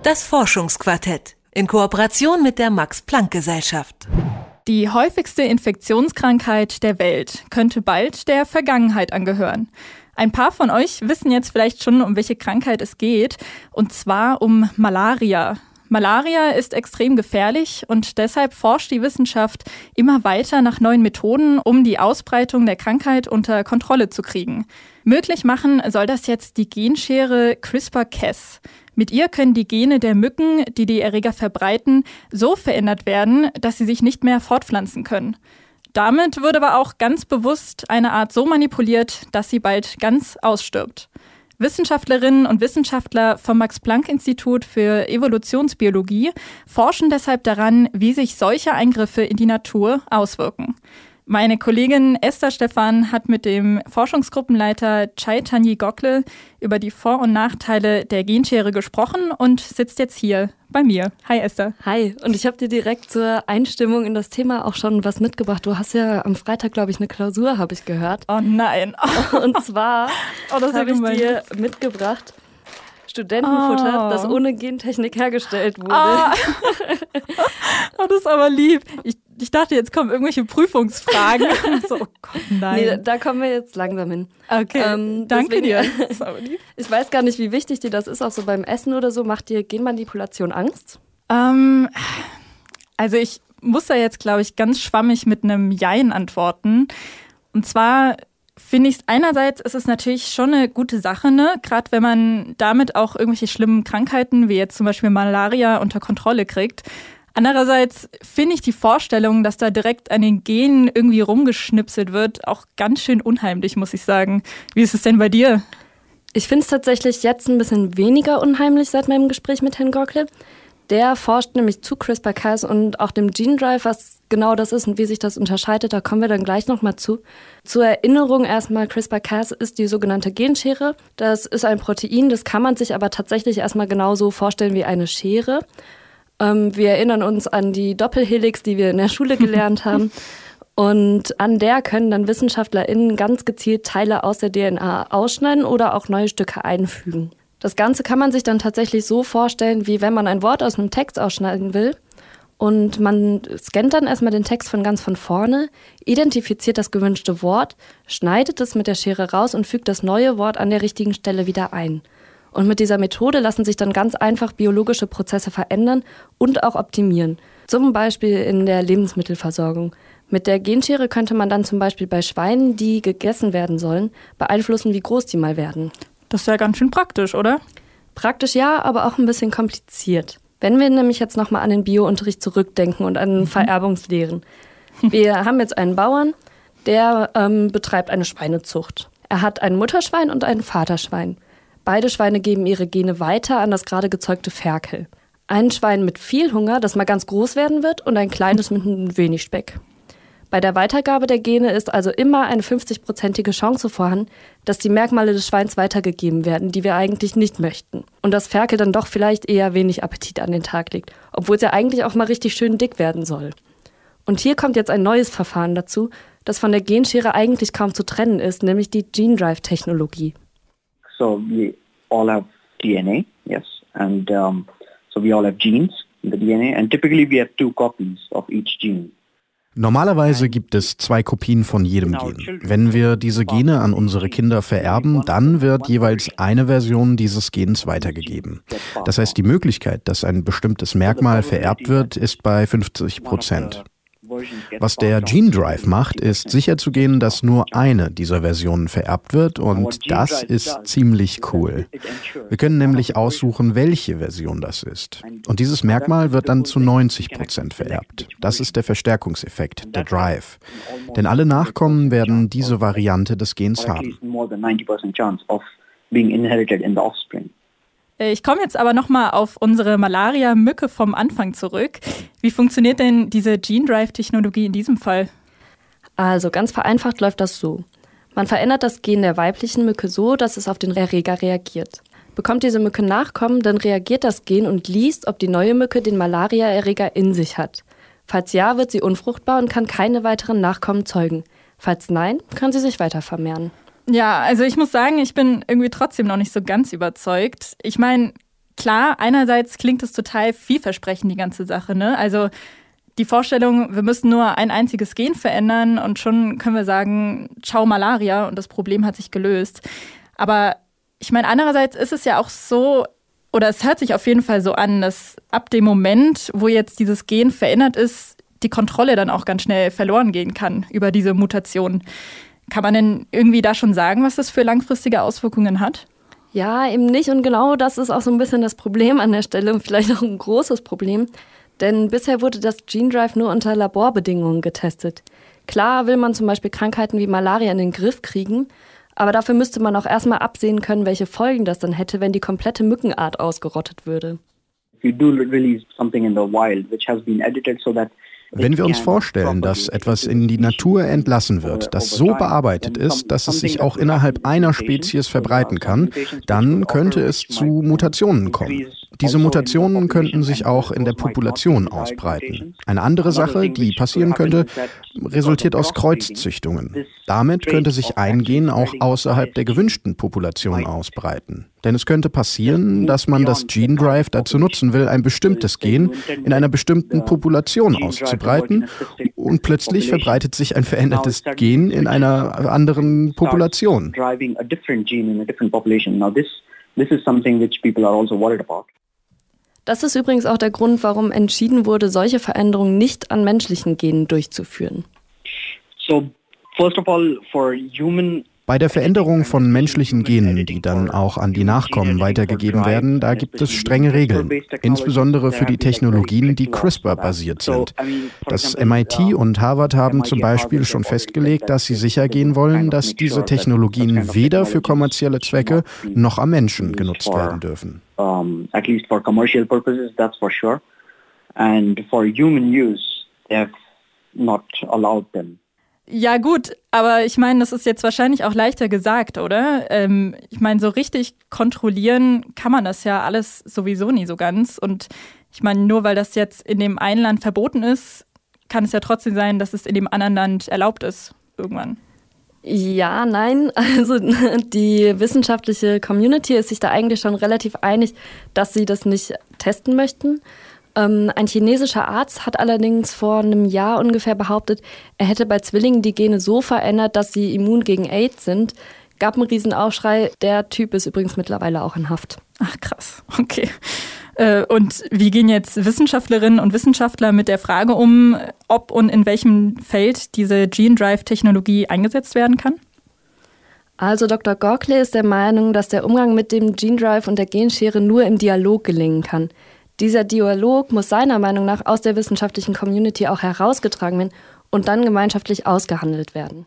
Das Forschungsquartett in Kooperation mit der Max-Planck-Gesellschaft. Die häufigste Infektionskrankheit der Welt könnte bald der Vergangenheit angehören. Ein paar von euch wissen jetzt vielleicht schon, um welche Krankheit es geht, und zwar um Malaria. Malaria ist extrem gefährlich und deshalb forscht die Wissenschaft immer weiter nach neuen Methoden, um die Ausbreitung der Krankheit unter Kontrolle zu kriegen. Möglich machen soll das jetzt die Genschere CRISPR-Cas. Mit ihr können die Gene der Mücken, die die Erreger verbreiten, so verändert werden, dass sie sich nicht mehr fortpflanzen können. Damit wird aber auch ganz bewusst eine Art so manipuliert, dass sie bald ganz ausstirbt. Wissenschaftlerinnen und Wissenschaftler vom Max-Planck-Institut für Evolutionsbiologie forschen deshalb daran, wie sich solche Eingriffe in die Natur auswirken. Meine Kollegin Esther Stephan hat mit dem Forschungsgruppenleiter Chaitanyi Gokhale über die Vor- und Nachteile der Genschere gesprochen und sitzt jetzt hier bei mir. Hi Esther. Hi, und ich habe dir direkt zur Einstimmung in das Thema auch schon was mitgebracht. Du hast ja am Freitag, glaube ich, eine Klausur, habe ich gehört. Oh nein. Und zwar habe ich dir mitgebracht Studentenfutter, das ohne Gentechnik hergestellt wurde. Das ist aber lieb. Ich dachte, jetzt kommen irgendwelche Prüfungsfragen. So, oh Gott, nein. Nee, da kommen wir jetzt langsam hin. Okay, danke dir. Das ist aber lieb. Ich weiß gar nicht, wie wichtig dir das ist, auch so beim Essen oder so. Macht dir Genmanipulation Angst? Also ich muss da jetzt, glaube ich, ganz schwammig mit einem Jein antworten. Und zwar finde ich einerseits ist es natürlich schon eine gute Sache, ne? Gerade wenn man damit auch irgendwelche schlimmen Krankheiten, wie jetzt zum Beispiel Malaria, unter Kontrolle kriegt. Andererseits finde ich die Vorstellung, dass da direkt an den Genen irgendwie rumgeschnipselt wird, auch ganz schön unheimlich, muss ich sagen. Wie ist es denn bei dir? Ich finde es tatsächlich jetzt ein bisschen weniger unheimlich seit meinem Gespräch mit Herrn Gokhale. Der forscht nämlich zu CRISPR-Cas und auch dem Gene Drive, was genau das ist und wie sich das unterscheidet, da kommen wir dann gleich nochmal zu. Zur Erinnerung erstmal, CRISPR-Cas ist die sogenannte Genschere. Das ist ein Protein, das kann man sich aber tatsächlich erstmal genauso vorstellen wie eine Schere. Wir erinnern uns an die Doppelhelix, die wir in der Schule gelernt haben. Und an der können dann WissenschaftlerInnen ganz gezielt Teile aus der DNA ausschneiden oder auch neue Stücke einfügen. Das Ganze kann man sich dann tatsächlich so vorstellen, wie wenn man ein Wort aus einem Text ausschneiden will. Und man scannt dann erstmal den Text von ganz von vorne, identifiziert das gewünschte Wort, schneidet es mit der Schere raus und fügt das neue Wort an der richtigen Stelle wieder ein. Und mit dieser Methode lassen sich dann ganz einfach biologische Prozesse verändern und auch optimieren. Zum Beispiel in der Lebensmittelversorgung. Mit der Genschere könnte man dann zum Beispiel bei Schweinen, die gegessen werden sollen, beeinflussen, wie groß die mal werden. Das ist ja ganz schön praktisch, oder? Praktisch ja, aber auch ein bisschen kompliziert. Wenn wir nämlich jetzt nochmal an den Biounterricht zurückdenken und an Vererbungslehren. Wir haben jetzt einen Bauern, der betreibt eine Schweinezucht. Er hat ein Mutterschwein und ein Vaterschwein. Beide Schweine geben ihre Gene weiter an das gerade gezeugte Ferkel. Ein Schwein mit viel Hunger, das mal ganz groß werden wird, und ein kleines mit ein wenig Speck. Bei der Weitergabe der Gene ist also immer eine 50-prozentige Chance vorhanden, dass die Merkmale des Schweins weitergegeben werden, die wir eigentlich nicht möchten. Und das Ferkel dann doch vielleicht eher wenig Appetit an den Tag legt, obwohl es ja eigentlich auch mal richtig schön dick werden soll. Und hier kommt jetzt ein neues Verfahren dazu, das von der Genschere eigentlich kaum zu trennen ist, nämlich die Gene Drive Technologie. So we all have DNA, yes, and so we all have genes in the DNA, and typically we have 2 copies of each gene. Normalerweise gibt es 2 Kopien von jedem Gen. Wenn wir diese Gene an unsere Kinder vererben, dann wird jeweils eine Version dieses Gens weitergegeben. Das heißt, die Möglichkeit, dass ein bestimmtes Merkmal vererbt wird, ist bei 50%. Was der Gene Drive macht, ist sicherzugehen, dass nur eine dieser Versionen vererbt wird, und das ist ziemlich cool. Wir können nämlich aussuchen, welche Version das ist. Und dieses Merkmal wird dann zu 90% vererbt. Das ist der Verstärkungseffekt, der Drive. Denn alle Nachkommen werden diese Variante des Gens haben. Ich komme jetzt aber nochmal auf unsere Malaria-Mücke vom Anfang zurück. Wie funktioniert denn diese Gene Drive-Technologie in diesem Fall? Also ganz vereinfacht läuft das so. Man verändert das Gen der weiblichen Mücke so, dass es auf den Erreger reagiert. Bekommt diese Mücke Nachkommen, dann reagiert das Gen und liest, ob die neue Mücke den Malaria-Erreger in sich hat. Falls ja, wird sie unfruchtbar und kann keine weiteren Nachkommen zeugen. Falls nein, kann sie sich weiter vermehren. Ja, also ich muss sagen, ich bin irgendwie trotzdem noch nicht so ganz überzeugt. Ich meine, klar, einerseits klingt es total vielversprechend, die ganze Sache, ne? Also die Vorstellung, wir müssen nur ein einziges Gen verändern und schon können wir sagen, ciao Malaria und das Problem hat sich gelöst. Aber ich meine, andererseits ist es ja auch so, oder es hört sich auf jeden Fall so an, dass ab dem Moment, wo jetzt dieses Gen verändert ist, die Kontrolle dann auch ganz schnell verloren gehen kann über diese Mutation. Kann man denn irgendwie da schon sagen, was das für langfristige Auswirkungen hat? Ja, eben nicht. Und genau das ist auch so ein bisschen das Problem an der Stelle und vielleicht auch ein großes Problem. Denn bisher wurde das Gene Drive nur unter Laborbedingungen getestet. Klar will man zum Beispiel Krankheiten wie Malaria in den Griff kriegen, aber dafür müsste man auch erstmal absehen können, welche Folgen das dann hätte, wenn die komplette Mückenart ausgerottet würde. Wenn wir uns vorstellen, dass etwas in die Natur entlassen wird, das so bearbeitet ist, dass es sich auch innerhalb einer Spezies verbreiten kann, dann könnte es zu Mutationen kommen. Diese Mutationen könnten sich auch in der Population ausbreiten. Eine andere Sache, die passieren könnte, resultiert aus Kreuzzüchtungen. Damit könnte sich ein Gen auch außerhalb der gewünschten Population ausbreiten. Denn es könnte passieren, dass man das Gene Drive dazu nutzen will, ein bestimmtes Gen in einer bestimmten Population auszubreiten und plötzlich verbreitet sich ein verändertes Gen in einer anderen Population. Das ist übrigens auch der Grund, warum entschieden wurde, solche Veränderungen nicht an menschlichen Genen durchzuführen. Bei der Veränderung von menschlichen Genen, die dann auch an die Nachkommen weitergegeben werden, da gibt es strenge Regeln, insbesondere für die Technologien, die CRISPR-basiert sind. Das MIT und Harvard haben zum Beispiel schon festgelegt, dass sie sicher gehen wollen, dass diese Technologien weder für kommerzielle Zwecke noch am Menschen genutzt werden dürfen. At least for commercial purposes, that's for sure. And for human use, they have not allowed them. Ja gut, aber ich meine, das ist jetzt wahrscheinlich auch leichter gesagt, oder? Ich meine, so richtig kontrollieren kann man das ja alles sowieso nie so ganz. Und ich meine, nur weil das jetzt in dem einen Land verboten ist, kann es ja trotzdem sein, dass es in dem anderen Land erlaubt ist, irgendwann. Ja, nein. Also die wissenschaftliche Community ist sich da eigentlich schon relativ einig, dass sie das nicht testen möchten. Ein chinesischer Arzt hat allerdings vor einem Jahr ungefähr behauptet, er hätte bei Zwillingen die Gene so verändert, dass sie immun gegen AIDS sind. Gab einen Riesenaufschrei. Der Typ ist übrigens mittlerweile auch in Haft. Ach krass, okay. Und wie gehen jetzt Wissenschaftlerinnen und Wissenschaftler mit der Frage um, ob und in welchem Feld diese Gene Drive-Technologie eingesetzt werden kann? Also Dr. Gorkley ist der Meinung, dass der Umgang mit dem Gene Drive und der Genschere nur im Dialog gelingen kann. Dieser Dialog muss seiner Meinung nach aus der wissenschaftlichen Community auch herausgetragen werden und dann gemeinschaftlich ausgehandelt werden.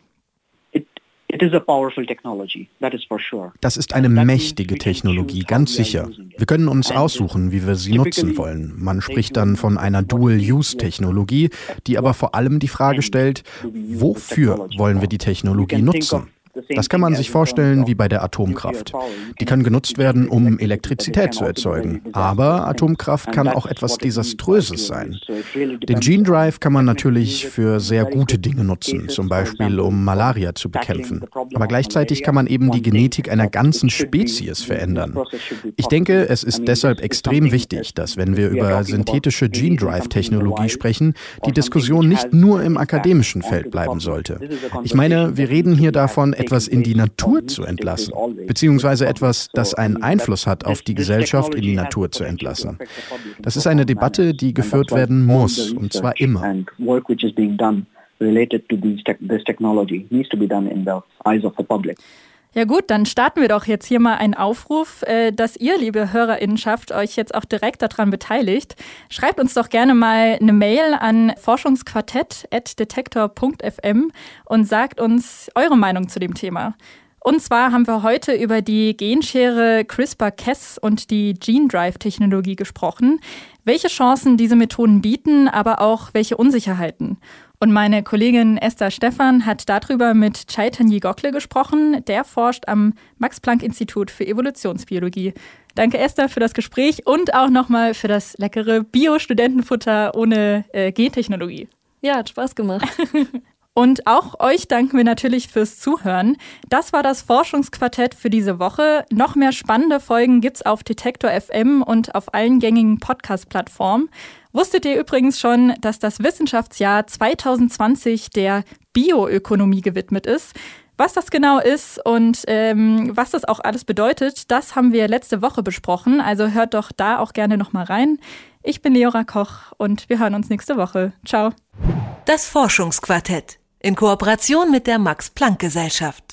Das ist eine mächtige Technologie, ganz sicher. Wir können uns aussuchen, wie wir sie nutzen wollen. Man spricht dann von einer Dual-Use-Technologie, die aber vor allem die Frage stellt, wofür wollen wir die Technologie nutzen? Das kann man sich vorstellen wie bei der Atomkraft. Die kann genutzt werden, um Elektrizität zu erzeugen. Aber Atomkraft kann auch etwas Desaströses sein. Den Gene Drive kann man natürlich für sehr gute Dinge nutzen, zum Beispiel um Malaria zu bekämpfen. Aber gleichzeitig kann man eben die Genetik einer ganzen Spezies verändern. Ich denke, es ist deshalb extrem wichtig, dass wenn wir über synthetische Gene Drive-Technologie sprechen, die Diskussion nicht nur im akademischen Feld bleiben sollte. Ich meine, wir reden hier davon, etwas in die Natur zu entlassen, beziehungsweise etwas, das einen Einfluss hat auf die Gesellschaft, in die Natur zu entlassen. Das ist eine Debatte, die geführt werden muss, und zwar immer. Ja gut, dann starten wir doch jetzt hier mal einen Aufruf, dass ihr, liebe HörerInnenschaft, euch jetzt auch direkt daran beteiligt. Schreibt uns doch gerne mal eine Mail an forschungsquartett@detektor.fm und sagt uns eure Meinung zu dem Thema. Und zwar haben wir heute über die Genschere CRISPR-Cas und die Gene Drive-Technologie gesprochen, welche Chancen diese Methoden bieten, aber auch welche Unsicherheiten. Und meine Kollegin Esther Stephan hat darüber mit Chaitanyi Gokhale gesprochen. Der forscht am Max-Planck-Institut für Evolutionsbiologie. Danke Esther für das Gespräch und auch nochmal für das leckere Bio-Studentenfutter ohne Gentechnologie. Ja, hat Spaß gemacht. Und auch euch danken wir natürlich fürs Zuhören. Das war das Forschungsquartett für diese Woche. Noch mehr spannende Folgen gibt's auf Detektor FM und auf allen gängigen Podcast-Plattformen. Wusstet ihr übrigens schon, dass das Wissenschaftsjahr 2020 der Bioökonomie gewidmet ist? Was das genau ist und was das auch alles bedeutet, das haben wir letzte Woche besprochen. Also hört doch da auch gerne nochmal rein. Ich bin Leora Koch und wir hören uns nächste Woche. Ciao. Das Forschungsquartett in Kooperation mit der Max-Planck-Gesellschaft.